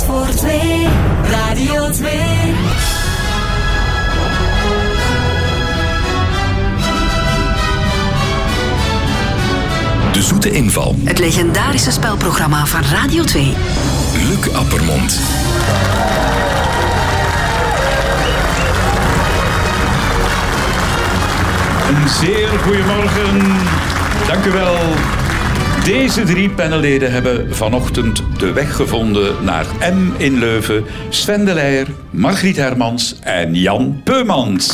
Tot voor 2, Radio 2. De Zoete Inval. Het legendarische spelprogramma van Radio 2. Luc Appermond. Een zeer goedemorgen. Dank u wel. Deze 3 panelleden hebben vanochtend de weg gevonden naar M in Leuven. Sven de Leijer, Margriet Hermans en Jan Peumans.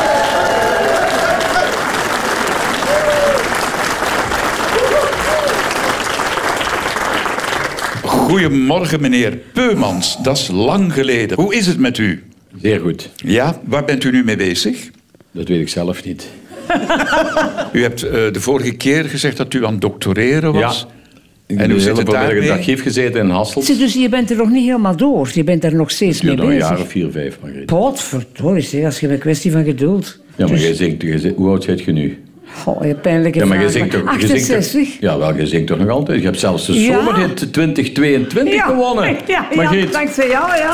Goedemorgen, meneer Peumans. Dat is lang geleden. Hoe is het met u? Zeer goed. Ja, waar bent u nu mee bezig? Dat weet ik zelf niet. U hebt de vorige keer gezegd dat u aan het doctoreren was. Ja. Ik heb een hele voormiddag archief gezeten in Hasselt. Dus je bent er nog niet helemaal door. Je bent er nog steeds mee bezig. Het duurt nog een jaar of 4, 5, Margriet. Potverdorie, zeg, als je een kwestie van geduld. Ja, maar jij zingt, hoe oud zit je nu? Oh, je pijnlijke ja, maar vraag. je zingt toch, 68? Ja, wel, je zingt toch nog altijd? Je hebt zelfs de zomerhit 2022 gewonnen. Ja, Margriet. dankzij jou, ja.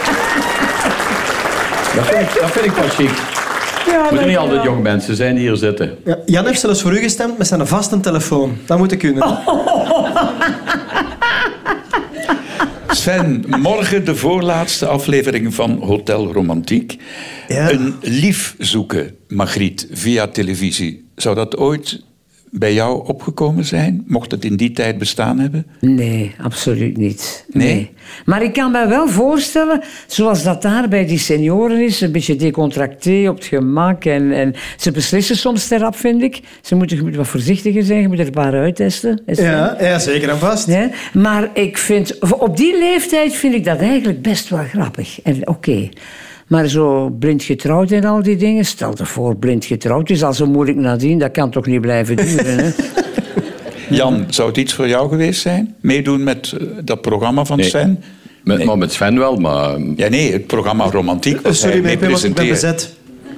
Dat vind ik wel chic. Ja, moeten niet altijd jonge mensen zijn die hier zitten. Ja, Jan heeft zelfs voor u gestemd met zijn vaste telefoon. Dat moet ik kunnen. Sven, morgen de voorlaatste aflevering van Hotel Romantiek. Ja. Een lief zoeken, Margriet, via televisie. Zou dat ooit bij jou opgekomen zijn? Mocht het in die tijd bestaan hebben? Nee, absoluut niet. Nee? Maar ik kan me wel voorstellen, zoals dat daar bij die senioren is, een beetje decontracté, op het gemak. En ze beslissen soms te rap, vind ik. Ze moeten wat voorzichtiger zijn, je moet er een paar uittesten. Ja, zeker en vast. Ja, maar ik vind, op die leeftijd vind ik dat eigenlijk best wel grappig. En oké. Maar zo blind getrouwd en al die dingen, stel je voor, blind getrouwd is al zo moeilijk nadien, dat kan toch niet blijven duren, hè? Jan, zou het iets voor jou geweest zijn? Meedoen met dat programma van Sven? Maar met Sven wel, maar... Ja, nee, het programma Romantiek was sorry, hij mee ik ben bezet.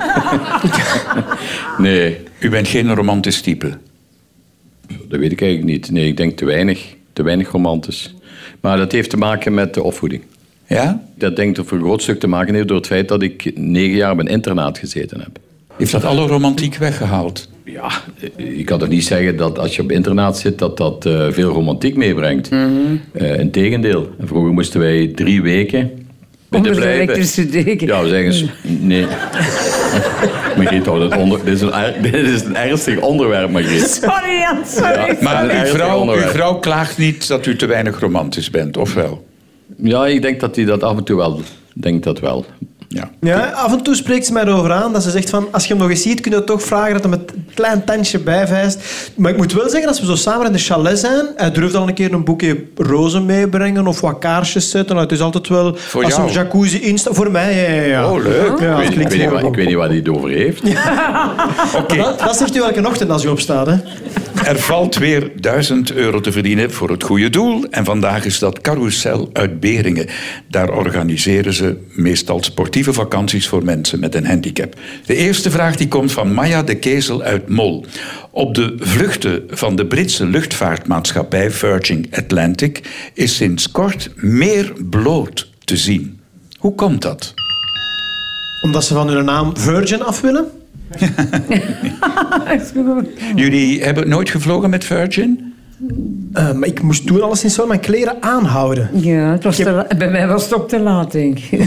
Nee. U bent geen romantisch type? Dat weet ik eigenlijk niet. Nee, ik denk te weinig romantisch. Maar dat heeft te maken met de opvoeding. Ja? Dat denk ik voor een groot stuk te maken heeft door het feit dat ik 9 jaar op een internaat gezeten heb. Heeft dat alle romantiek weggehaald? Ja, ik kan toch niet zeggen dat als je op internaat zit dat veel romantiek meebrengt. Integendeel. Vroeger moesten wij 3 weken binnen blijven. Onder de elektrische deken. Ja, we zeggen nee. Margriet, dit is een ernstig onderwerp, Margriet. Sorry, Jan, sorry. Ja, maar uw vrouw klaagt niet dat u te weinig romantisch bent, of wel? Ja, ik denk dat hij dat af en toe wel denkt. Dat wel. Ja, af en toe spreekt ze mij erover aan dat ze zegt van, als je hem nog eens ziet, kun je toch vragen dat hij met een klein tandje bijvijst. Maar ik moet wel zeggen, als we zo samen in de chalet zijn, hij durft al een keer een boekje rozen meebrengen of wat kaarsjes zetten. Nou, het is altijd wel, voor als jou? een jacuzzi instaat. Voor mij, ja. Oh, leuk. Ja, Ik weet niet waar hij het over heeft. Oké. Dat zegt u elke ochtend als u opstaat, hè. Er valt weer €1000 te verdienen voor het goede doel. En vandaag is dat Carousel uit Beringen. Daar organiseren ze meestal sportieve vakanties voor mensen met een handicap. De eerste vraag die komt van Maya de Kezel uit Mol. Op de vluchten van de Britse luchtvaartmaatschappij Virgin Atlantic is sinds kort meer bloot te zien. Hoe komt dat? Omdat ze van hun naam Virgin af willen? Jullie hebben nooit gevlogen met Virgin? Maar ik moest toen alleszins wel mijn kleren aanhouden. Ja, het was bij mij was het ook te laat, denk ik.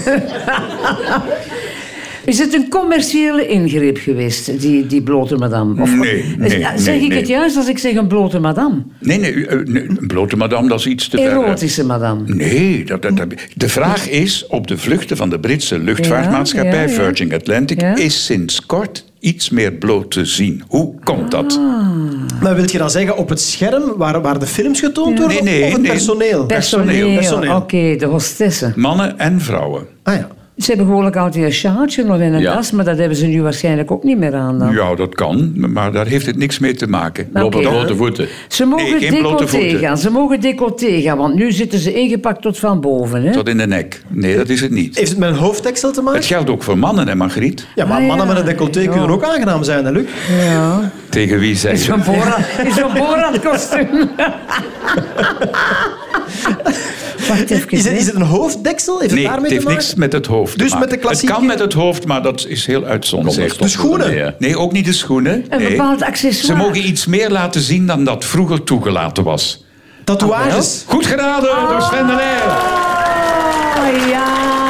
Is het een commerciële ingreep geweest, die blote madame? Of, Nee. Zeg ik het juist als ik zeg een blote madame? Nee, een blote madame, dat is iets te ver. Erotische madame? Nee, de vraag is, op de vluchten van de Britse luchtvaartmaatschappij Virgin Atlantic is sinds kort iets meer bloot te zien. Hoe komt dat? Maar wil je dan zeggen op het scherm waar de films getoond worden? Of het personeel? Personeel. Oké, de hostessen. Mannen en vrouwen. Ah ja. Ze hebben gewoon altijd een sjaaltje nog in een tas, maar dat hebben ze nu waarschijnlijk ook niet meer aan dan. Ja, dat kan, maar daar heeft het niks mee te maken. Lopen blote voeten. Ze mogen decolleté gaan. Ze mogen decolleté gaan, want nu zitten ze ingepakt tot van boven. Hè? Tot in de nek. Nee, dat is het niet. Heeft het met een hoofddeksel te maken? Het geldt ook voor mannen, hè, Margriet? Ja, maar mannen met een decolleté kunnen ook aangenaam zijn, hè, Luc? Ja. Tegen wie zei je? In zo'n Borat-kostuum. Wacht even, Is het een hoofddeksel? Heeft het Nee, daarmee het heeft te maken? niks met het hoofd te Dus maken. met de klassieke- Het kan met het hoofd, maar dat is heel uitzonderlijk. De schoenen? Nee, ook niet de schoenen. Een Nee. bepaald accessoire. Ze mogen iets meer laten zien dan dat vroeger toegelaten was. Tatoeages? Goed geraden door Sven de Leer. Oh, ja.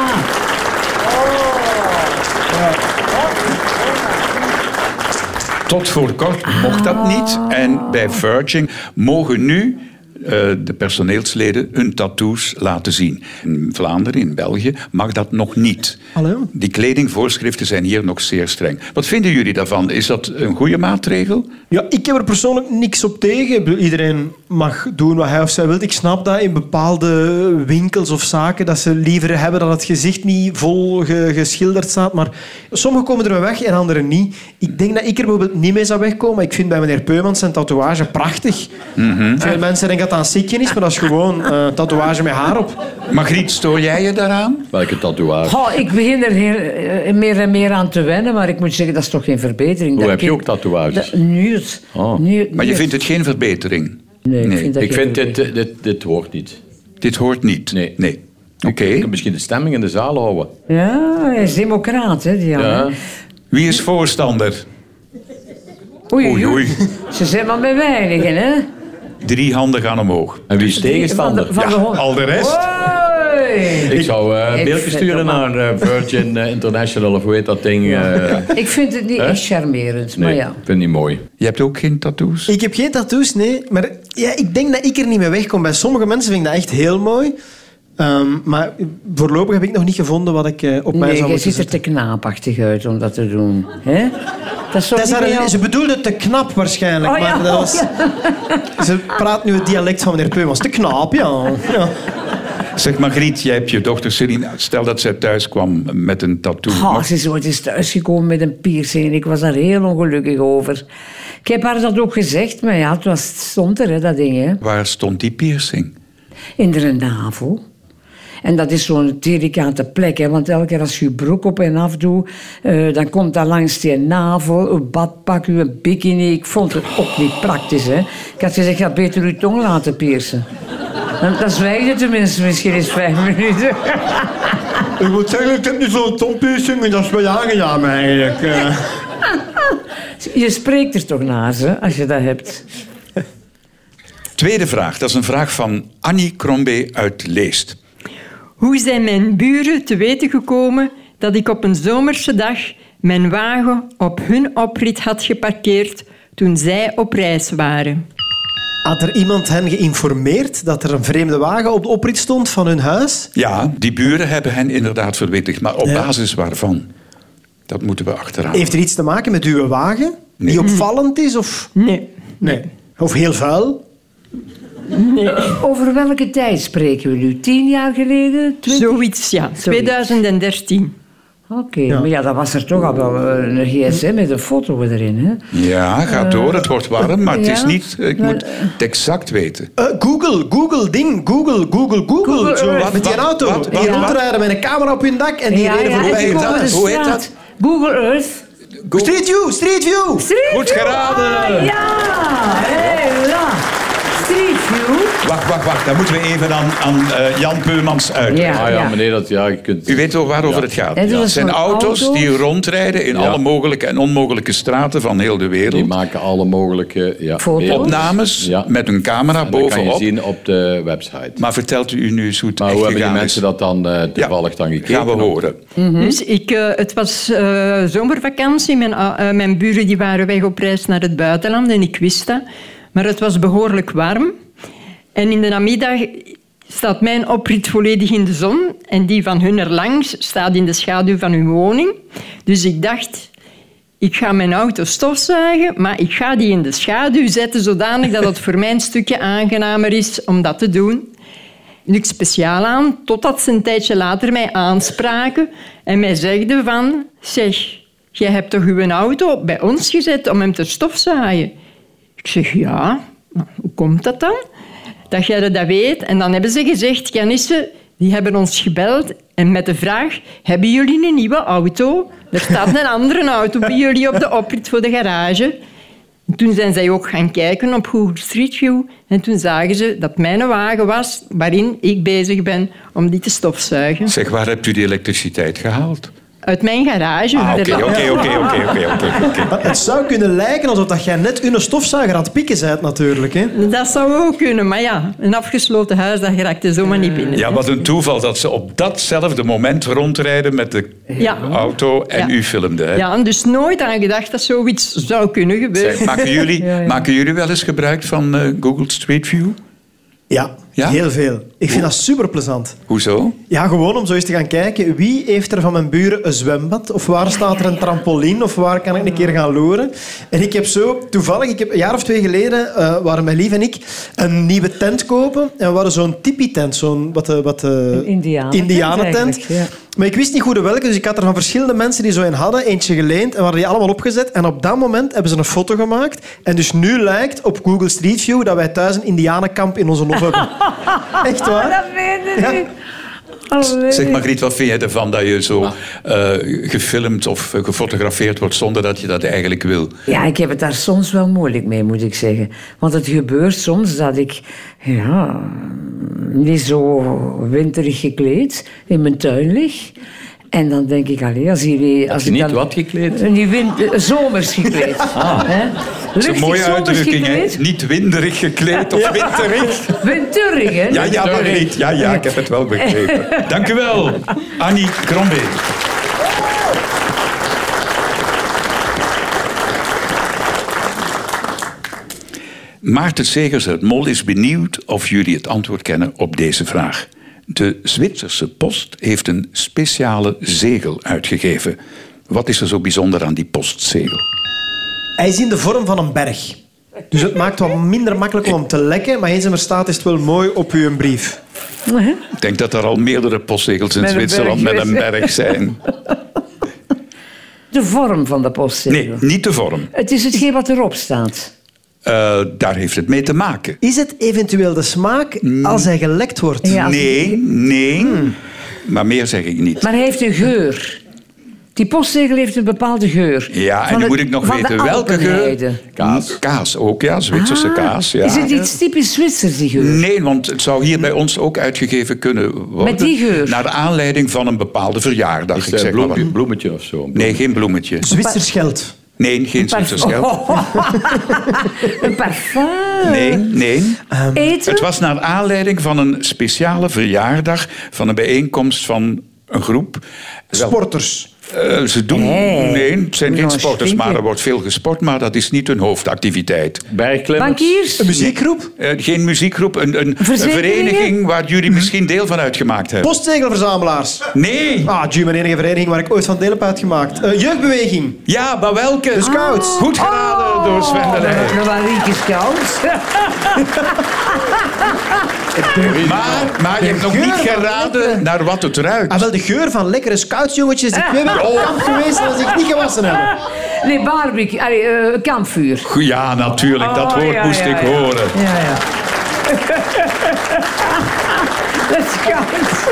Tot voor kort mocht dat niet. En bij Virgin mogen nu de personeelsleden hun tattoos laten zien. In Vlaanderen, in België, mag dat nog niet. Hallo? Die kledingvoorschriften zijn hier nog zeer streng. Wat vinden jullie daarvan? Is dat een goede maatregel? Ja, ik heb er persoonlijk niks op tegen. Ik bedoel, iedereen mag doen wat hij of zij wil. Ik snap dat in bepaalde winkels of zaken dat ze liever hebben dat het gezicht niet vol geschilderd staat. Maar sommigen komen er wel weg en anderen niet. Ik denk dat ik er bijvoorbeeld niet mee zou wegkomen. Ik vind bij meneer Peumans zijn tatoeage prachtig. Veel mensen denken dat dat een sikje is, maar dat is gewoon tatoeage met haar op. Margriet, stoor jij je daaraan? Welke tatoeage? Goh, ik begin er meer en meer aan te wennen, maar ik moet zeggen, dat is toch geen verbetering. Hoe Dat heb je ik- ook tatoeages? Niet. Oh. Maar je vindt het geen verbetering? Nee, ik Nee. vind dat Ik geen vind verbetering. dit hoort niet. Dit hoort niet? Nee. Oké. Ik kan misschien de stemming in de zaal houden. Ja, hij is democraat, hè, die Jan. Ja. Wie is voorstander? Oei, Oei, oei. Ze zijn maar bij weinigen, hè. 3 handen gaan omhoog. En wie is tegenstander? Van de hond. Al de rest? Oei. Ik zou een Ik mailtje vind sturen het naar Virgin International of hoe heet dat ding. Ik vind het niet echt charmerend, maar Nee, ja. ik vind het niet mooi. Je hebt ook geen tattoos? Ik heb geen tattoos, nee. Maar ja, ik denk dat ik er niet mee wegkom. Bij sommige mensen vind ik dat echt heel mooi. Maar voorlopig heb ik nog niet gevonden wat ik op mij Nee, zou je moeten ziet er zetten. te knaapachtig uit om dat te doen. Hè? Dat is toch Dat is niet bij jou- ze bedoelde te knap waarschijnlijk. Oh, ja, maar dat oh, was, Ze praat nu het dialect van meneer Peumans. Te knap, ja. Zeg Margriet, jij hebt je dochter Celine. Stel dat zij thuis kwam met een tattoo. Oh, ze is ooit eens thuisgekomen met een piercing en ik was daar heel ongelukkig over. Ik heb haar dat ook gezegd, maar ja, het stond er, hè, dat ding. Hè. Waar stond die piercing? In de navel. En dat is zo'n delicate plek, hè, want elke keer als je je broek op en af doet, dan komt dat langs die navel, een badpak, een bikini. Ik vond het ook niet praktisch. Hè. Ik had gezegd, ga beter uw tong laten piercen. Dan zwijg je tenminste misschien eens 5 minuten. Ik moet zeggen, ik heb niet zo'n tompiercing en dat is wel aangenaam eigenlijk. Je spreekt er toch naar, hè, als je dat hebt. Tweede vraag, dat is een vraag van Annie Krombe uit Leest. Hoe zijn mijn buren te weten gekomen dat ik op een zomerse dag mijn wagen op hun oprit had geparkeerd toen zij op reis waren? Had er iemand hen geïnformeerd dat er een vreemde wagen op de oprit stond van hun huis? Ja, die buren hebben hen inderdaad verwittigd, maar op basis waarvan? Dat moeten we achterhalen. Heeft er iets te maken met uw wagen? Nee. Die opvallend is? Of, Nee. nee. Of heel vuil? Over welke tijd spreken we nu? 10 jaar geleden? 20? Zoiets, ja. 2013. Oké, maar ja, dat was er toch al wel een gsm met een foto erin, hè? Ja, ga door, het wordt warm, maar het is ja. niet... Ik Maar- moet het exact weten. Google, ding. Google. Zo, Earth. met die auto. Wat? Die Ja. rondrijden met een camera op hun dak en die reden en voorbij. die heet komen dat? de Hoe heet straat. dat? Google Earth. Street View. Goed geraden! Ah, ja, hela. Street View. Wacht, daar moeten we even aan Jan Peumans uitleggen. Ja. Ah ja, meneer, je kunt... U weet wel waarover het gaat. Ja, dat Het is zijn zo'n auto's auto. die rondrijden in alle mogelijke en onmogelijke straten van heel de Die wereld. maken alle mogelijke Foto's. beelden. Opnames Ja. met een camera En dat kan je bovenop. zien op de website. Maar vertelt u nu eens hoe het Maar echt hoe hebben die gegaan mensen is? dat dan toevallig dan gekeken? Gaan we horen. Dus het was zomervakantie. Mijn buren die waren weg op reis naar het buitenland en ik wist dat. Maar het was behoorlijk warm. En in de namiddag staat mijn oprit volledig in de zon en die van hun erlangs staat in de schaduw van hun woning. Dus ik dacht, ik ga mijn auto stofzuigen, maar ik ga die in de schaduw zetten zodanig dat het voor mij een stukje aangenamer is om dat te doen. Niks speciaal aan, totdat ze een tijdje later mij aanspraken en mij zegden van, zeg, jij hebt toch uw auto bij ons gezet om hem te stofzuigen? Ik zeg, ja, nou, hoe komt dat dan? Dat jij dat weet. En dan hebben ze gezegd, Jannisse, die hebben ons gebeld en met de vraag, hebben jullie een nieuwe auto? Er staat een andere auto bij jullie op de oprit voor de garage. Toen zijn zij ook gaan kijken op Google Street View en toen zagen ze dat mijn wagen was waarin ik bezig ben om die te stofzuigen. Zeg, waar hebt u die elektriciteit gehaald? Uit mijn garage. Maar het zou kunnen lijken alsof dat jij net een stofzuiger aan het pikken bent, natuurlijk. Hè? Dat zou ook kunnen, maar ja, een afgesloten huis, dat raakte zomaar niet binnen. Ja, wat een toeval dat ze op datzelfde moment rondrijden met de auto en u filmde. Hè? Ja, dus nooit aan gedacht dat zoiets zou kunnen gebeuren. Zeg, maken jullie wel eens gebruik van Google Street View? Ja, heel veel. Ik vind dat super plezant. Hoezo? Ja, gewoon om zo eens te gaan kijken. Wie heeft er van mijn buren een zwembad? Of waar staat er een trampoline? Of waar kan ik een keer gaan loeren? En ik heb zo... Toevallig, een jaar of 2 geleden waren mijn lief en ik een nieuwe tent kopen. En we hadden zo'n tipi-tent. Zo'n indianentent. Ja. Maar ik wist niet goed welke, dus ik had er van verschillende mensen die zo een hadden, eentje geleend en we hadden die allemaal opgezet. En op dat moment hebben ze een foto gemaakt. En dus nu lijkt op Google Street View dat wij thuis een indianenkamp in onze lof hebben. Echt waar? Dat weet ik niet. Zeg Margriet, wat vind jij ervan dat je zo gefilmd of gefotografeerd wordt zonder dat je dat eigenlijk wil? Ja, ik heb het daar soms wel moeilijk mee, moet ik zeggen. Want het gebeurt soms dat ik niet zo winterig gekleed in mijn tuin lig. En dan denk ik, als je niet dan, wat gekleed? Niet zomers gekleed. Dat is een mooie uitdrukking, hè? Niet winderig gekleed of winterig. Winterig, hè? Ja, Margriet. Ja, ik heb het wel begrepen. Dank u wel, Annie Krombeek. Maarten Segers uit Mol is benieuwd of jullie het antwoord kennen op deze vraag. De Zwitserse Post heeft een speciale zegel uitgegeven. Wat is er zo bijzonder aan die postzegel? Hij is in de vorm van een berg. Dus het maakt wat minder makkelijk om hem te lekken, maar eens er staat is het wel mooi op uw brief. Ik denk dat er al meerdere postzegels in Zwitserland met een berg zijn. De vorm van de postzegel? Nee, niet de vorm. Het is hetgeen wat erop staat. Daar heeft het mee te maken. Is het eventueel de smaak als hij gelekt wordt? Ja, Nee. Maar meer zeg ik niet. Maar hij heeft een geur. Die postzegel heeft een bepaalde geur. Ja, en nu moet ik nog weten welke geur. Kaas ook, ja. Zwitserse kaas. Ja. Is het iets typisch Zwitsers, die geur? Nee, want het zou hier bij ons ook uitgegeven kunnen worden. Met die geur? Naar aanleiding van een bepaalde verjaardag. Is het een bloemetje of zo? Nee, geen bloemetje. Zwitsers geld. Nee, geen Zwitsers geld. Een parfum? Nee. Eten? Het was naar aanleiding van een speciale verjaardag van een bijeenkomst van een groep. Sporters. Ze doen... Nee, het zijn geen sporters, maar er wordt veel gesport, maar dat is niet hun hoofdactiviteit. Bergklimmers. Bankiers? Een muziekgroep? Geen muziekgroep, een vereniging waar jullie misschien deel van uitgemaakt hebben. Postzegelverzamelaars? Nee! Mijn enige vereniging waar ik ooit van deel heb uitgemaakt. Jeugdbeweging? Ja, maar welke? De Scouts. Goed geraden door Sven de Leij. De Marieke Scouts. Maar je hebt nog niet geraden naar wat het ruikt. Wel, de geur van lekkere scoutsjongetjes die 2 weken op kamp geweest en zich niet gewassen hebben. Nee, barbecue. Kampvuur. Ja, natuurlijk. Dat woord moest ik horen. Ja. De Scouts.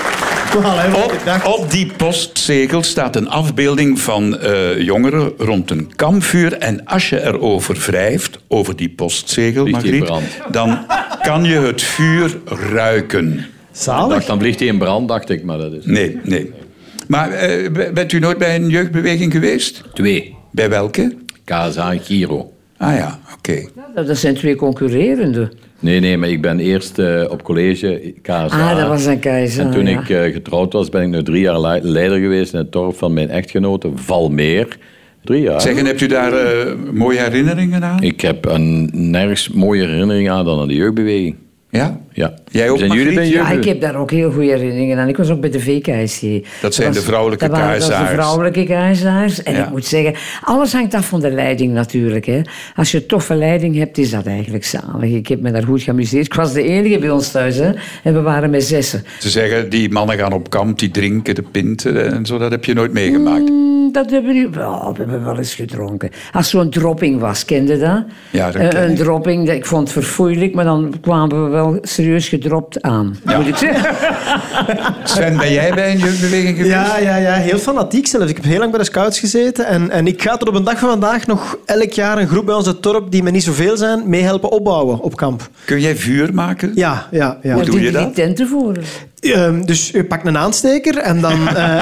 Op die postzegel staat een afbeelding van jongeren rond een kampvuur. En als je erover wrijft, over die postzegel, Margriet, dan kan je het vuur ruiken. Zalig. Dan vliegt hij in brand, dacht ik. Maar dat is... Nee. Maar bent u nooit bij een jeugdbeweging geweest? 2. Bij welke? KSA en Giro. Ah ja, oké. Dat zijn 2 concurrerende. Nee, maar ik ben eerst op college KSA. Dat was een KSA. En toen ik getrouwd was, ben ik nu 3 jaar leider geweest in het dorp van mijn echtgenote, Valmeer. 3 jaar. Zeg, en hebt u daar mooie herinneringen aan? Ik heb nergens mooie herinneringen aan dan aan de jeugdbeweging. Ja? Ja. Jij ook, zijn jullie bij Ja, ik heb daar ook heel goede herinneringen aan. Ik was ook bij de VKSC. Dat zijn de vrouwelijke KSA'ers. Dat waren de vrouwelijke KSA'ers. En Ja. ik moet zeggen, alles hangt af van de leiding natuurlijk. Hè. Als je een toffe leiding hebt, is dat eigenlijk zalig. Ik heb me daar goed geamuseerd. Ik was de enige bij ons thuis. Hè. En we waren met 6. Ze zeggen, die mannen gaan op kamp, die drinken de pinten en zo. Dat heb je nooit meegemaakt. dat hebben we... Oh, we hebben wel eens gedronken. Als zo'n dropping was, kende dat? Ja, dat ken Een ik. dropping, ik vond het verfoeilijk, maar dan kwamen we wel serieus gedropt aan. Ja. Moet ik zeggen. Sven, ben jij bij een jeugdbeweging geweest? Ja, heel fanatiek zelfs. Ik heb heel lang bij de scouts gezeten. En ik ga er op een dag van vandaag nog elk jaar een groep bij ons het dorp, die met niet zoveel zijn, mee helpen opbouwen op kamp. Kun jij vuur maken? Ja. Hoe doe je dat? Die tenten voor. Dus je pakt een aansteker en dan...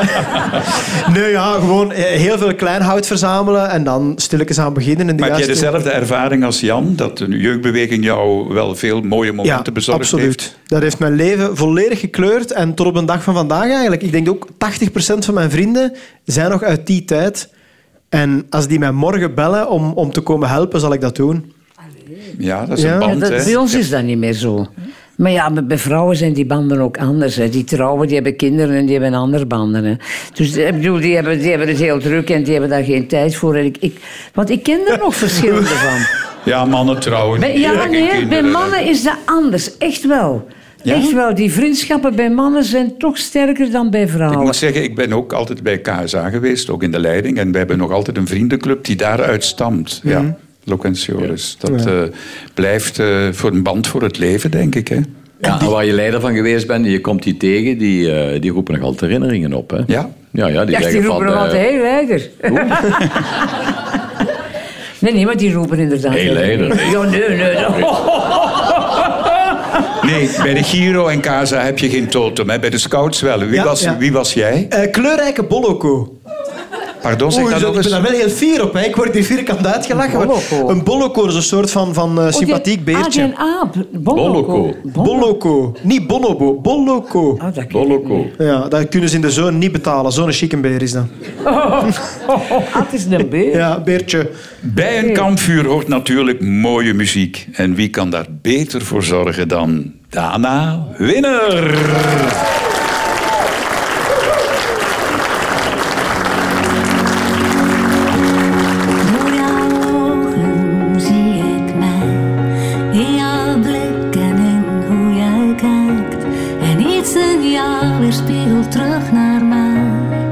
gewoon heel veel klein hout verzamelen en dan stilletjes aan beginnen. En Maar heb jij dezelfde ervaring als Jan? Dat de jeugdbeweging jou wel veel mooie momenten bezorgd absoluut. heeft? Dat heeft mijn leven volledig gekleurd. En tot op een dag van vandaag eigenlijk. Ik denk ook 80% van mijn vrienden zijn nog uit die tijd. En als die mij morgen bellen om te komen helpen, zal ik dat doen. Ja, dat is Ja. een band, hè? Bij ons is dat niet meer zo. Maar ja, bij vrouwen zijn die banden ook anders. Hè. Die trouwen, die hebben kinderen en die hebben andere banden. Hè. Dus ik bedoel, die hebben het heel druk en die hebben daar geen tijd voor. En want ik ken er nog verschillende van. Ja, mannen trouwen. Bij mannen is dat anders. Echt wel. Ja? Echt wel. Die vriendschappen bij mannen zijn toch sterker dan bij Ik vrouwen. moet zeggen, ik ben ook altijd bij KSA geweest, ook in de leiding. En we hebben nog altijd een vriendenclub die daaruit stamt. Ja, Loquentioris. Dat blijft voor een band voor het leven, denk ik. Hè? Ja, en waar je leider van geweest bent, je komt die tegen, die roepen nog altijd herinneringen op. Hè? Ja? Ja, die Ja, zeggen die roepen van... nog altijd, hey leider. Nee, maar die roepen inderdaad. Hey, leider. Ja, nee. Nee, bij de Giro en KSA heb je geen totem. Hè? Bij de scouts wel. Wie was jij? Kleurrijke Boloko. Pardon, zeg Oeh, dat nog ik ben eens. daar wel heel fier op. Hè. Ik word hier vierkant uitgelachen. maar Boloko. Een Boloko is een soort van sympathiek beertje. Geen aap. Boloko. Boloko. Niet Bonobo. Boloko. Oh, dat ken ik Boloko. niet. Ja, dat kunnen ze in de zoon niet betalen. Zo'n chique beer is dat. Het is een beer. Ja, beertje. Bij een kampvuur hoort natuurlijk mooie muziek. En wie kan daar beter voor zorgen dan Dana Winner? Door jouw ogen zie ik mij, in jouw blik en in hoe jij kijkt. En iets in jou weerspiegelt terug naar mij.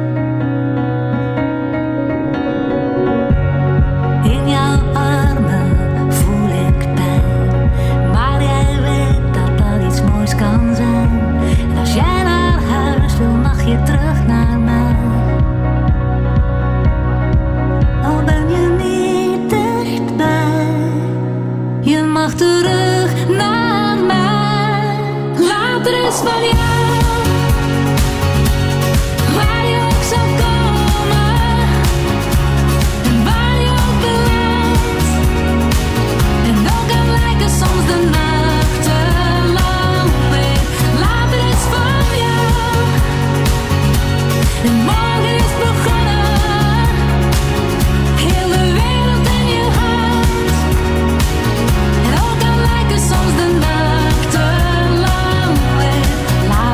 In jouw armen voel ik pijn, maar jij weet dat dat iets moois kan zijn. En als jij naar huis wil, mag je terug naar mij. Al ben je niet dichtbij, je mag terug naar mij. Later is van jou, waar je ook zou komen en waar je ook belandt. En ook kan lijken soms de nacht te lang. Later is van jou, en morgen is begonnen. Heel de wereld in je hand. En ook al lijken soms de nachten lang.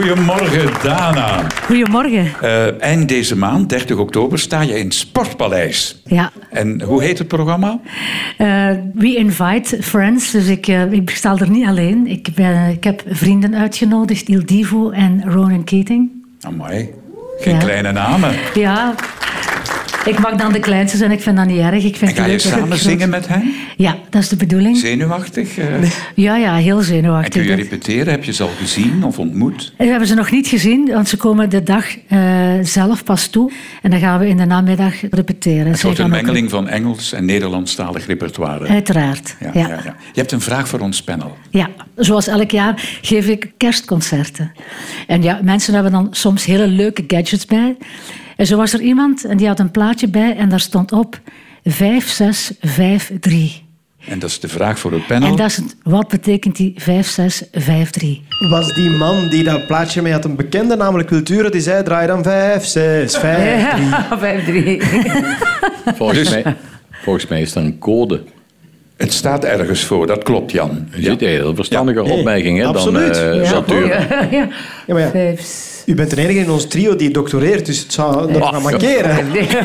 Goedemorgen, Dana. Goedemorgen. Eind deze maand, 30 oktober, sta je in het Sportpaleis. Ja. En hoe heet het programma? We invite friends, dus ik sta er niet alleen. Ik heb vrienden uitgenodigd, Il Divo en Ronan Keating. Amai, geen kleine namen. Ja, ik mag dan de kleinste zijn, ik vind dat niet erg. Ik vind En ga je samen zingen met hen? Ja, dat is de bedoeling. Zenuwachtig? Ja, heel En zenuwachtig. kun je repeteren? Heb je ze al gezien of ontmoet? We hebben ze nog niet gezien, want ze komen de dag zelf pas toe. En dan gaan we in de namiddag repeteren. Het wordt een mengeling van Engels en Nederlandstalig repertoire. Uiteraard, ja. Je hebt een vraag voor ons panel. Ja, zoals elk jaar geef ik kerstconcerten. En ja, mensen hebben dan soms hele leuke gadgets bij. En zo was er iemand en die had een plaatje bij en daar stond op 5653. En dat is de vraag voor het panel. En dat is wat betekent die 5653? Was die man die dat plaatje mee had een bekende, namelijk Cultura, die zei, draai dan 5, 6, 5, 3. Ja, 5-3. Volgens mij is dat een code. Het staat ergens voor, dat klopt, Jan. Je ziet een heel verstandige opmerking, hè, absoluut. dan Saturne. Ja. Ja, maar ja, u bent de enige in ons trio die doctoreert, dus het zou nog gaan mankeren.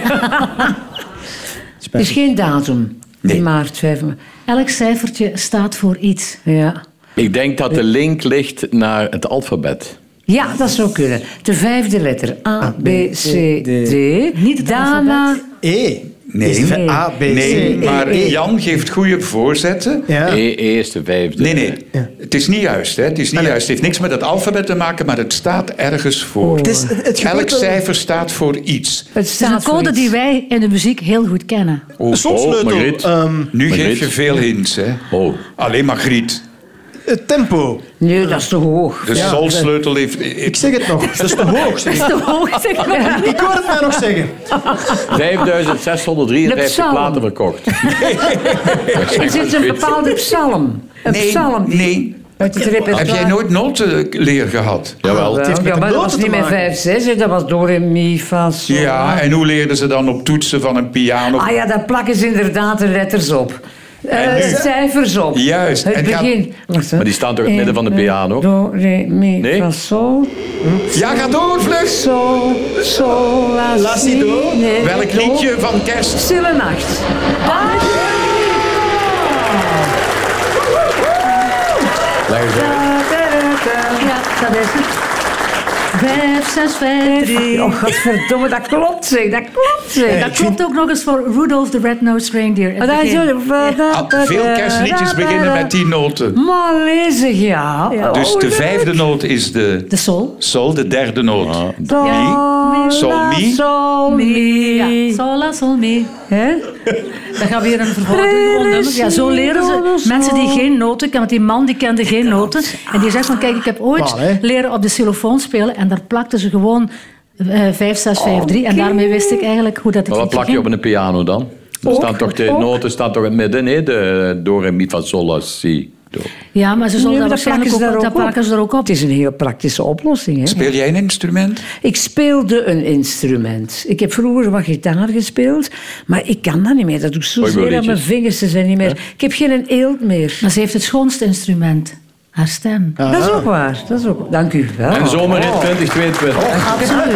Het is geen datum. Nee. In maart 5. Elk cijfertje staat voor iets. Ja. Ik denk dat de link ligt naar het alfabet. Ja, dat zou kunnen. De 5e letter. A, B, C, D. Niet het Dana. E. Nee, Is het A, B, C, nee, maar E. Jan geeft goede voorzetten. Ja. E is de 5e. Nee. Het is niet juist. Hè. Het is niet juist. Het heeft niks met het alfabet te maken, maar het staat ergens voor. Het gebeurt Elk wel- cijfer staat voor iets. Het Het is staat een voor code iets. die wij in de muziek heel goed kennen. Een slotsleutel. Margriet. Nu Margriet. geef je veel hints. Hè. Oh. Alleen Margriet. Het tempo. Nee, dat is te hoog. De solsleutel heeft... Ik zeg het nog. Dat is te hoog. Zeg ik. Te hoog, zeg maar. Ik hoor het mij nog zeggen. 5653 De psalm. platen verkocht. Er zit een bepaalde psalm. Een psalm. Nee. Uit het repertoire. Heb jij nooit notenleer gehad? Jawel. Ja, heeft met de maar dat was noten niet te met maken. 5, 6, hè. Dat was do, re, mi, fa, sol. Ja, en hoe leerden ze dan op toetsen van een piano? Ah ja, daar plakken ze inderdaad de letters op. En nu? Cijfers op. Juist. Het En gaat- begin. Wacht, hè. Maar die staan toch in het midden van de piano? Do, re, mi, Nee? fa, sol. Ja, ga door, vlug! Sol, sol, la, La, si, do. Nee, Welk do. liedje van kerst? Stille nacht. Leg eens uit. Ja, dat is het. 5653. Oh, godverdomme, dat klopt zeg, dat klopt zeg. Dat klopt ook nog eens voor Rudolph the Red-Nosed Reindeer. Het begin. Veel kerstliedjes beginnen met die noten. Maar lezig, ja. Dus de 5e noot is de De sol. sol, de 3e noot. Sol, Sol, mi. Sol, mi. Ja, sol, la, sol, mi. Hè? Dan gaan we weer een vervolg doen. Gewoon nummers. Ja, zo leren ze mensen die geen noten kennen. Want die man die kende geen noten. En die zegt van, kijk, ik heb ooit Mal, hè? leren op de xylofoon spelen. En daar plakten ze gewoon 5, 6, 5, 3. En daarmee wist ik eigenlijk hoe dat het Maar wat plak je op een piano dan? Er staan toch de noten staan toch in het midden, nee? De do, re, mi, fa, sol, la, si, do. Ja, maar ze zullen Nee, dat maar dat waarschijnlijk plakken ze ook, dat plakken ze er ook op. Het is een heel praktische oplossing. Hè? Speel jij een instrument? Ik speelde een instrument. Ik heb vroeger wat gitaar gespeeld, maar ik kan dat niet meer. Dat doe ik zo Hoi, zeer aan mijn liedjes. vingers. Ze zijn niet meer. Ik heb geen eelt meer. Maar ze heeft het schoonste instrument. Haar stem. Dat is ook waar. Dat is ook... Dank u wel. En zomerrit 2022. Absoluut.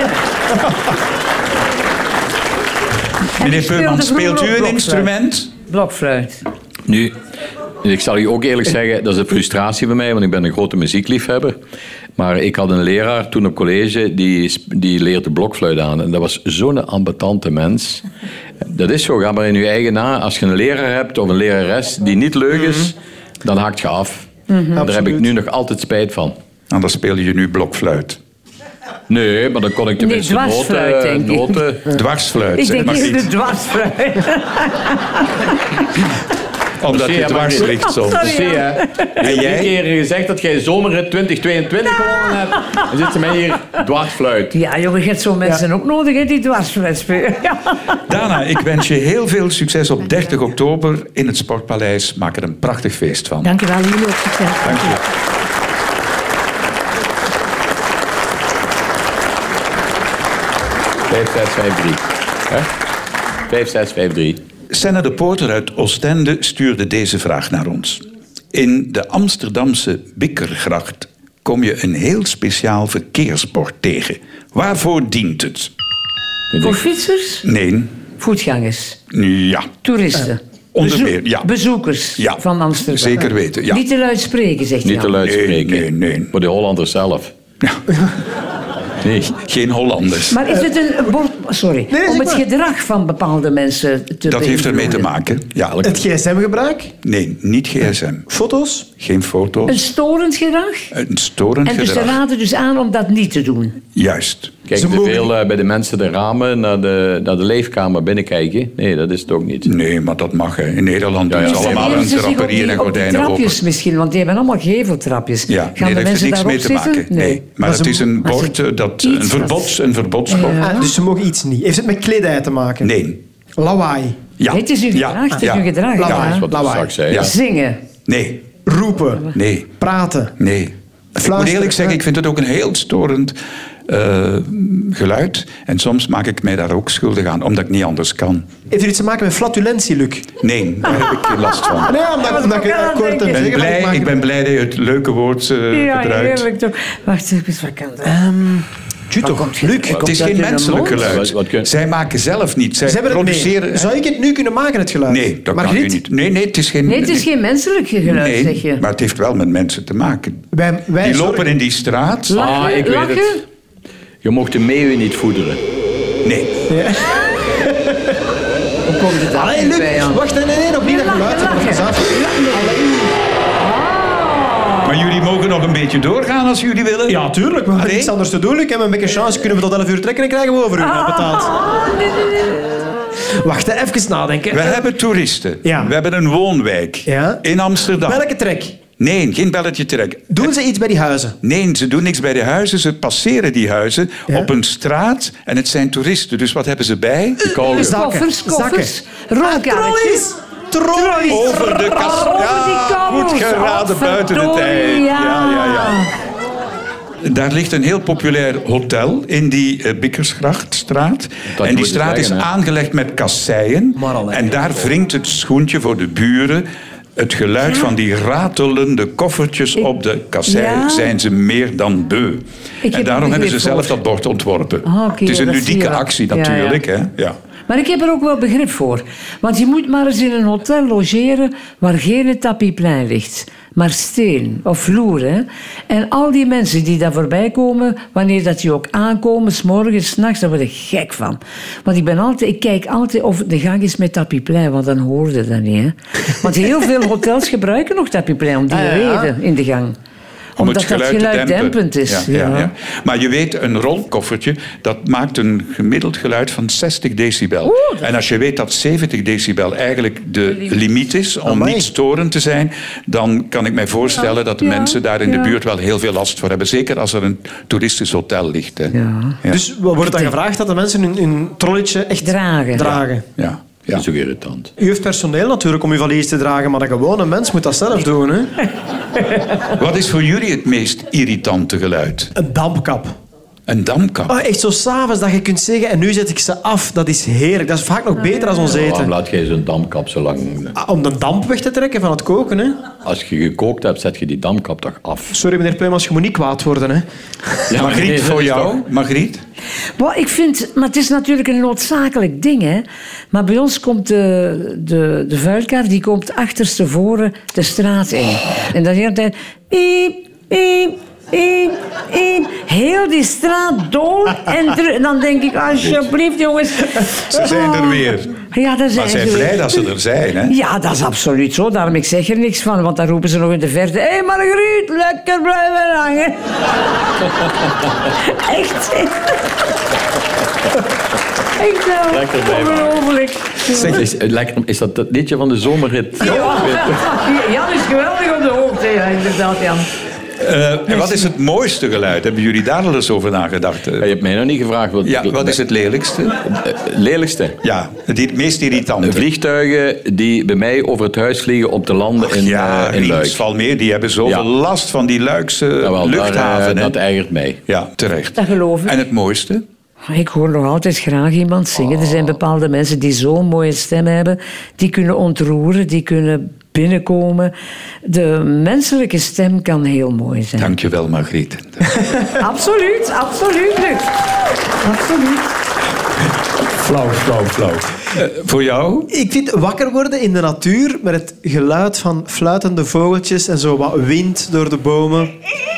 Meneer ik speelde Peurman, speelt vroeger u ook een blokfluit. instrument? Blokfluit. Nu, ik zal u ook eerlijk zeggen, dat is een frustratie bij mij, want ik ben een grote muziekliefhebber. Maar ik had een leraar toen op college, die leerde blokfluit aan. En dat was zo'n ambetante mens. Dat is zo, ga maar in je eigen na. Als je een leraar hebt of een lerares die niet leuk is, dan haakt je af. Daar heb ik nu nog altijd spijt van. En dan speel je nu blokfluit. Nee, maar dan kon ik tenminste dwarsfluit, denk ik. noten. Dwarsfluit, Ik zeg denk maar eerst niet. de dwarsfluit. Omdat Zie je je, dwars maar- ligt soms. Zie je, hè? En Ik jij? heb 3 keer gezegd dat jij zomerrit 2022 gewonnen hebt. Dan zit ze mij hier dwarsfluit. Ja, jongen, je hebt zo'n mensen ook nodig hè, die dwarsfluit spelen. Ja. Dana, ik wens je heel veel succes op 30 oktober in het Sportpaleis. Maak er een prachtig feest van. Dank je wel, jullie ook succes. Dank je. Vijf, 6, 5, 3. Hè? 5, 6, 5, 3. Senne de Poorter uit Oostende stuurde deze vraag naar ons. In de Amsterdamse Bikkergracht kom je een heel speciaal verkeersbord tegen. Waarvoor dient het? Voor fietsers, Nee, voetgangers, ja. toeristen. Onder meer, ja. Bezoekers Ja, van Amsterdam. zeker weten, ja. Niet te luid spreken, zegt hij. Niet te al. luid spreken. Nee. Voor de Hollanders zelf. Ja. Nee. Geen Hollanders. Maar is het een bord... Sorry. Nee, om zeg het maar. gedrag van bepaalde mensen te Dat heeft ermee te beïnvloeden? maken. Ja. Het gsm-gebruik, Nee, niet gsm. foto's. Geen foto's. Een storend gedrag? Een storend En dus ze gedrag. raden dus aan om dat niet te doen. Juist. Kijk Ze te mogen veel bij de mensen de ramen naar de leefkamer binnenkijken. Nee, dat is het ook niet. Nee, maar dat mag. Hè. In Nederland Ja, doen ja. ze allemaal Serveren hun ze zich op draperieën die- en op die gordijnen open. trapjes misschien, want die hebben allemaal geveltrapjes. Ja, Gaan nee, de dat heeft er mensen niks daarop mee te zitten? maken. Nee. Maar het is een bord, een verbodsbord. Ah, dus ze mogen iets niet. Heeft het met kledij te maken? Nee. Lawaai. Ja. Nee, het is uw gedrag, het is uw gedrag. Dat Lawaai. is wat we Lawaai. straks zei. Ja. Zingen. Nee. Roepen. Nee. Praten. Nee. Ik moet Fluisteren. eerlijk zeggen, ik vind het ook een heel storend geluid. En soms maak ik mij daar ook schuldig aan, omdat ik niet anders kan. Heeft er iets te maken met flatulentie, Luc? Nee, daar heb ik geen last van. Nee, omdat ik aan het kort denken. heb Ik ben blij dat je het leuke woord Ja, gebruikt. heerlijk toch. Wacht even, wat kan dat? Luc, het is dat geen in een menselijk mond? geluid. Wat kun- Zij maken zelf niet. Zij Ze hebben het produceren... mee. Zou ik het nu kunnen maken, het geluid? Nee, dat kan u Margriet? niet. Nee, het is geen... Nee, het is geen menselijk geluid, Nee, zeg je. maar het heeft wel met mensen te maken. Wij Die zorgen- lopen in die straat. Lachen, ik weet lachen? het. Je mocht de meeuwen niet voederen. Nee. Hoe komt het daar Allee, nu bij Luc, aan? wacht, nee, nog niet dat geluid. Lachen, Dat is af. Maar jullie mogen nog een beetje doorgaan als jullie willen. Ja, tuurlijk. We hebben Allee. niks anders te doen, Luc. En met een beetje chance kunnen we tot 11 uur trekken en krijgen we over uur betaald. Wacht, hè, even nadenken. We hebben toeristen. Ja. We hebben een woonwijk. Ja. In Amsterdam. Welke trek? Nee, geen belletje trek. Doen ze iets bij die huizen? Nee, ze doen niks bij de huizen. Ze passeren die huizen Ja. op een straat. En het zijn toeristen. Dus wat hebben ze bij? Koffers, rolkaartjes. Trolleys. Over de kast. Over die kabels. goed geraden buiten de Verdorie, tijd. ja. Daar ligt een heel populair hotel in die Bikkersgrachtstraat. Dat En die moet je straat is zeggen, hè. aangelegd met kasseien. Maar alleen. En daar wringt het schoentje voor de buren. Het geluid van die ratelende koffertjes op de kassei Ja. zijn ze meer dan beu. heb En er daarom hebben ze begrip zelf voor. dat bord ontworpen. Ah, oké, Het is een dat zie je ludieke wel. actie Ja, natuurlijk. ja. Hè? Ja. Maar ik heb er ook wel begrip voor. Want je moet maar eens in een hotel logeren waar geen tapijplein ligt. Maar steen of vloer. Hè? En al die mensen die daar voorbij komen, wanneer dat die ook aankomen, 's morgens, 's nachts, daar word ik gek van. Want ik kijk altijd of de gang is met tapijplein, want dan hoor je dat niet. Hè? Want heel veel hotels gebruiken nog tapijplein om die reden in de gang. Om het Omdat dat geluid te geluiddempend dempen. is. Ja. Maar je weet, een rolkoffertje, dat maakt een gemiddeld geluid van 60 decibel. En als je weet dat 70 decibel eigenlijk de limiet is om Amai. niet storend te zijn, dan kan ik mij voorstellen dat de mensen daar in de buurt wel heel veel last voor hebben. Zeker als er een toeristisch hotel ligt. Hè. Ja. Dus wordt dan gevraagd dat de mensen hun trolletje echt Dragen. Ja. Dat is ook irritant. U heeft personeel natuurlijk om uw valies te dragen, maar een gewone mens moet dat zelf doen. Hè? Wat is voor jullie het meest irritante geluid? Een dampkap. Een damkap. Oh, echt zo s'avonds dat je kunt zeggen, en nu zet ik ze af. Dat is heerlijk. Dat is vaak nog beter dan ons Waarom eten. laat jij zo'n dampkap zo lang... Om de damp weg te trekken van het koken. Hè? Als je gekookt hebt, zet je die dampkap toch af. Sorry meneer Pleumans, je moet niet kwaad worden. Hè? Ja, Margriet, voor dat is jou? toch- Margriet? Ik vind, maar het is natuurlijk een noodzakelijk ding. Hè? Maar bij ons komt de vuilkar die komt achterstevoren de straat in. En dan de hele tijd... Piep, piep, piep, piep. Heel die straat door. En dan denk ik, alsjeblieft jongens. Ze zijn er weer. Ja, daar zijn Maar zijn ze blij weer. dat ze er zijn. Hè? Ja, dat is absoluut zo. Daarom ik zeg er niks van. Want dan roepen ze nog in de verte... Hé Margriet, lekker blijven hangen. Echt. Echt wel. Lekker blijven hangen. Ongelooflijk. Is dat het liedje van de zomerrit? Jan is geweldig op de hoogte, ja, inderdaad, Jan. En wat is het mooiste geluid? Hebben jullie daar al eens over nagedacht? Je hebt mij nog niet gevraagd. Wat is het lelijkste? lelijkste? Ja, het meest irritante. Vliegtuigen die bij mij over het huis vliegen op te landen in Luik. Riemsvalmeer, die hebben zoveel last van die Luikse luchthaven. hè? Dat eigert mij. Ja, terecht. Dat geloof ik. En het mooiste? Ik hoor nog altijd graag iemand zingen. Er zijn bepaalde mensen die zo'n mooie stem hebben. Die kunnen ontroeren, die kunnen binnenkomen. De menselijke stem kan heel mooi zijn. Dankjewel, Margriet. Absoluut, Luc. Absoluut. Flauw. Voor jou? Ik vind wakker worden in de natuur met het geluid van fluitende vogeltjes en zo wat wind door de bomen.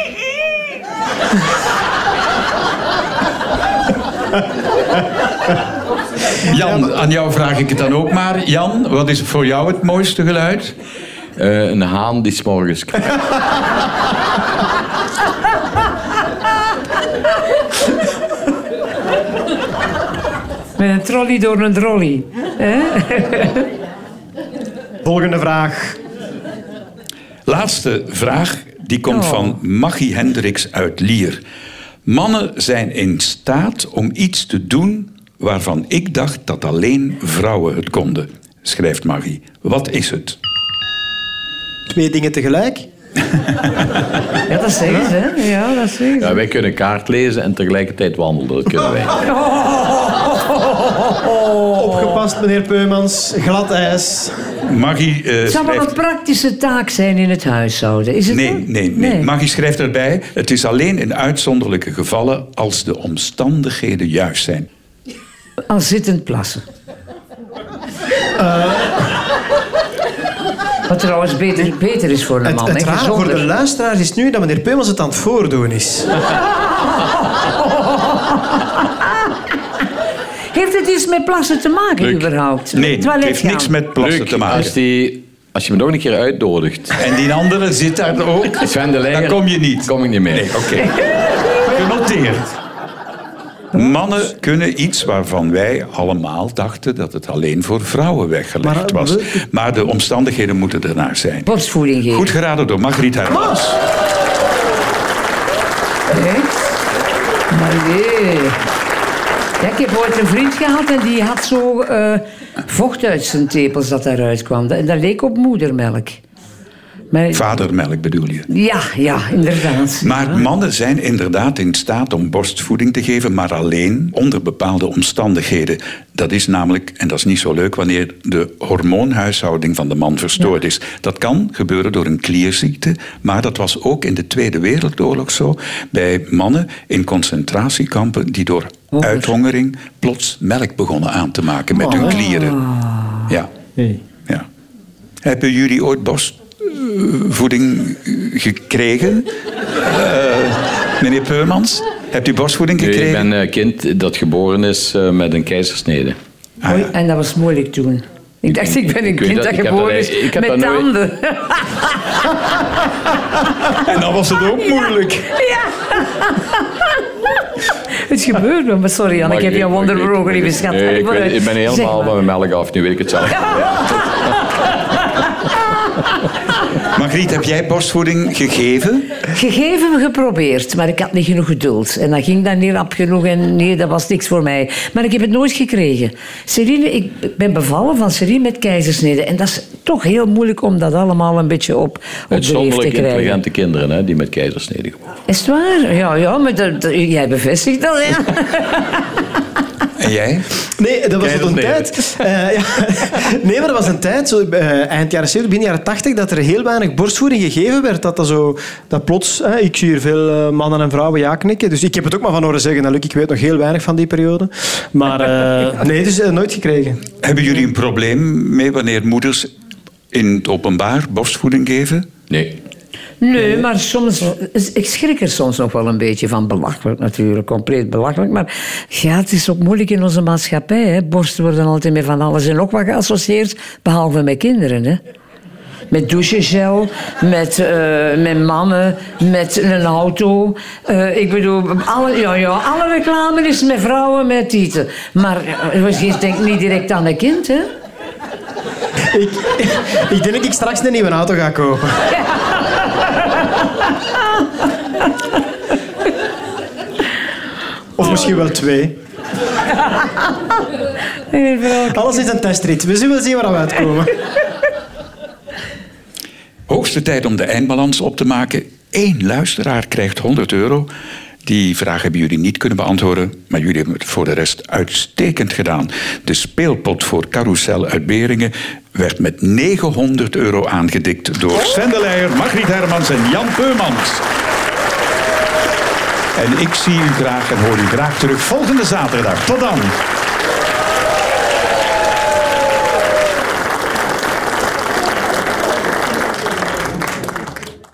Jan, aan jou vraag ik het dan ook maar. Jan, wat is voor jou het mooiste geluid? Een haan die 's morgens krijgt. Met een trolley door een trolley. Volgende vraag. Laatste vraag, die komt van Maggie Hendricks uit Lier. Mannen zijn in staat om iets te doen waarvan ik dacht dat alleen vrouwen het konden, schrijft Maggie. Wat is het? 2 dingen tegelijk. Ja, dat zeggen ze, hè? Ja, dat zeggen ze. Ja, wij kunnen kaart lezen en tegelijkertijd wandelen. Dat kunnen wij. Opgepast, meneer Peumans. Glad ijs. Maggie Het zou wel schrijft... een praktische taak zijn in het huishouden. Is het Nee. Maggie schrijft erbij... Het is alleen in uitzonderlijke gevallen als de omstandigheden juist zijn. Al zittend plassen. Wat trouwens beter is voor een man. Het rare voor de luisteraars is nu dat meneer Peumans het aan het voordoen is. Heeft het iets met plassen te maken, Luc. überhaupt? Nee, het Toilet heeft gaan. niks met plassen Luc, te maken. als je me nog een keer uitnodigt, En die andere zit daar ook. Sven de Leijer, Dan kom je niet. kom ik niet mee. Nee, oké. Genoteerd. Mannen kunnen iets waarvan wij allemaal dachten dat het alleen voor vrouwen weggelegd Maar, was. Maar de omstandigheden moeten ernaar zijn. Borstvoeding geven. Goed geraden door Margriet Hermans. Nee. Maar nee. Ja, ik heb ooit een vriend gehad en die had zo vocht uit zijn tepels dat daaruit kwam. En dat leek op moedermelk. Maar, Vadermelk bedoel je? ja, inderdaad. Maar mannen zijn inderdaad in staat om borstvoeding te geven, maar alleen onder bepaalde omstandigheden. Dat is namelijk, en dat is niet zo leuk, wanneer de hormoonhuishouding van de man verstoord is. Dat kan gebeuren door een klierziekte, maar dat was ook in de Tweede Wereldoorlog zo bij mannen in concentratiekampen die door uithongering plots melk begonnen aan te maken met hun klieren. Ja. Ja. Hebben jullie ooit borstvoeding gekregen? Meneer Peumans, hebt u borstvoeding gekregen? Ik ben een kind dat geboren is met een keizersnede. Oei, en dat was moeilijk toen. Ik dacht, ik ben een kind dat geboren is met tanden. En dan was het ook moeilijk. Ja. Het gebeurt me, maar sorry Jan, ik heb jou wonderbroken, lieve schat. Nee, ik ben helemaal van mijn melk af, nu weet ik het zelf. Margriet, heb jij borstvoeding gegeven? Gegeven, geprobeerd, maar ik had niet genoeg geduld. En dat ging dan niet rap genoeg en nee, dat was niks voor mij. Maar ik heb het nooit gekregen. Serine, ik ben bevallen van Serine met keizersnede. En dat is toch heel moeilijk om dat allemaal een beetje op de leef te Uitzonderlijk krijgen. intelligente kinderen hè, die met keizersnede geboren. Is het waar? Ja, maar jij bevestigt dat, ja. En jij? Nee, dat was een Keizersnede. tijd... Nee, maar dat was een tijd, zo, eind jaren 70, begin jaren 80, dat er heel weinig borstvoeding gegeven werd. Dat plots... ik zie hier veel mannen en vrouwen ja knikken. Dus ik heb het ook maar van horen zeggen. Ik weet nog heel weinig van die periode. Maar nee, dus nooit gekregen. Hebben jullie een probleem mee wanneer moeders in het openbaar borstvoeding geven? Nee. Nee, maar soms... Ik schrik er soms nog wel een beetje van. Belachelijk natuurlijk, compleet belachelijk. Maar ja, het is ook moeilijk in onze maatschappij. Hè. Borsten worden altijd met van alles en nog wat geassocieerd. Behalve met kinderen, hè. Met douchegel, met mannen, met een auto. Ik bedoel, alle reclame is met vrouwen met tieten. Maar je denkt niet direct aan een kind, hè. Ik denk dat ik straks een nieuwe auto ga kopen. Of misschien wel 2. Alles is een testrit. We zullen zien waar we uitkomen. Hoogste tijd om de eindbalans op te maken. 1 luisteraar krijgt €100. Die vraag hebben jullie niet kunnen beantwoorden, maar jullie hebben het voor de rest uitstekend gedaan. De speelpot voor Carousel uit Beringen werd met €900 aangedikt door Sven de Leijer, Margriet Hermans en Jan Peumans. En ik zie u graag en hoor u graag terug volgende zaterdag. Tot dan!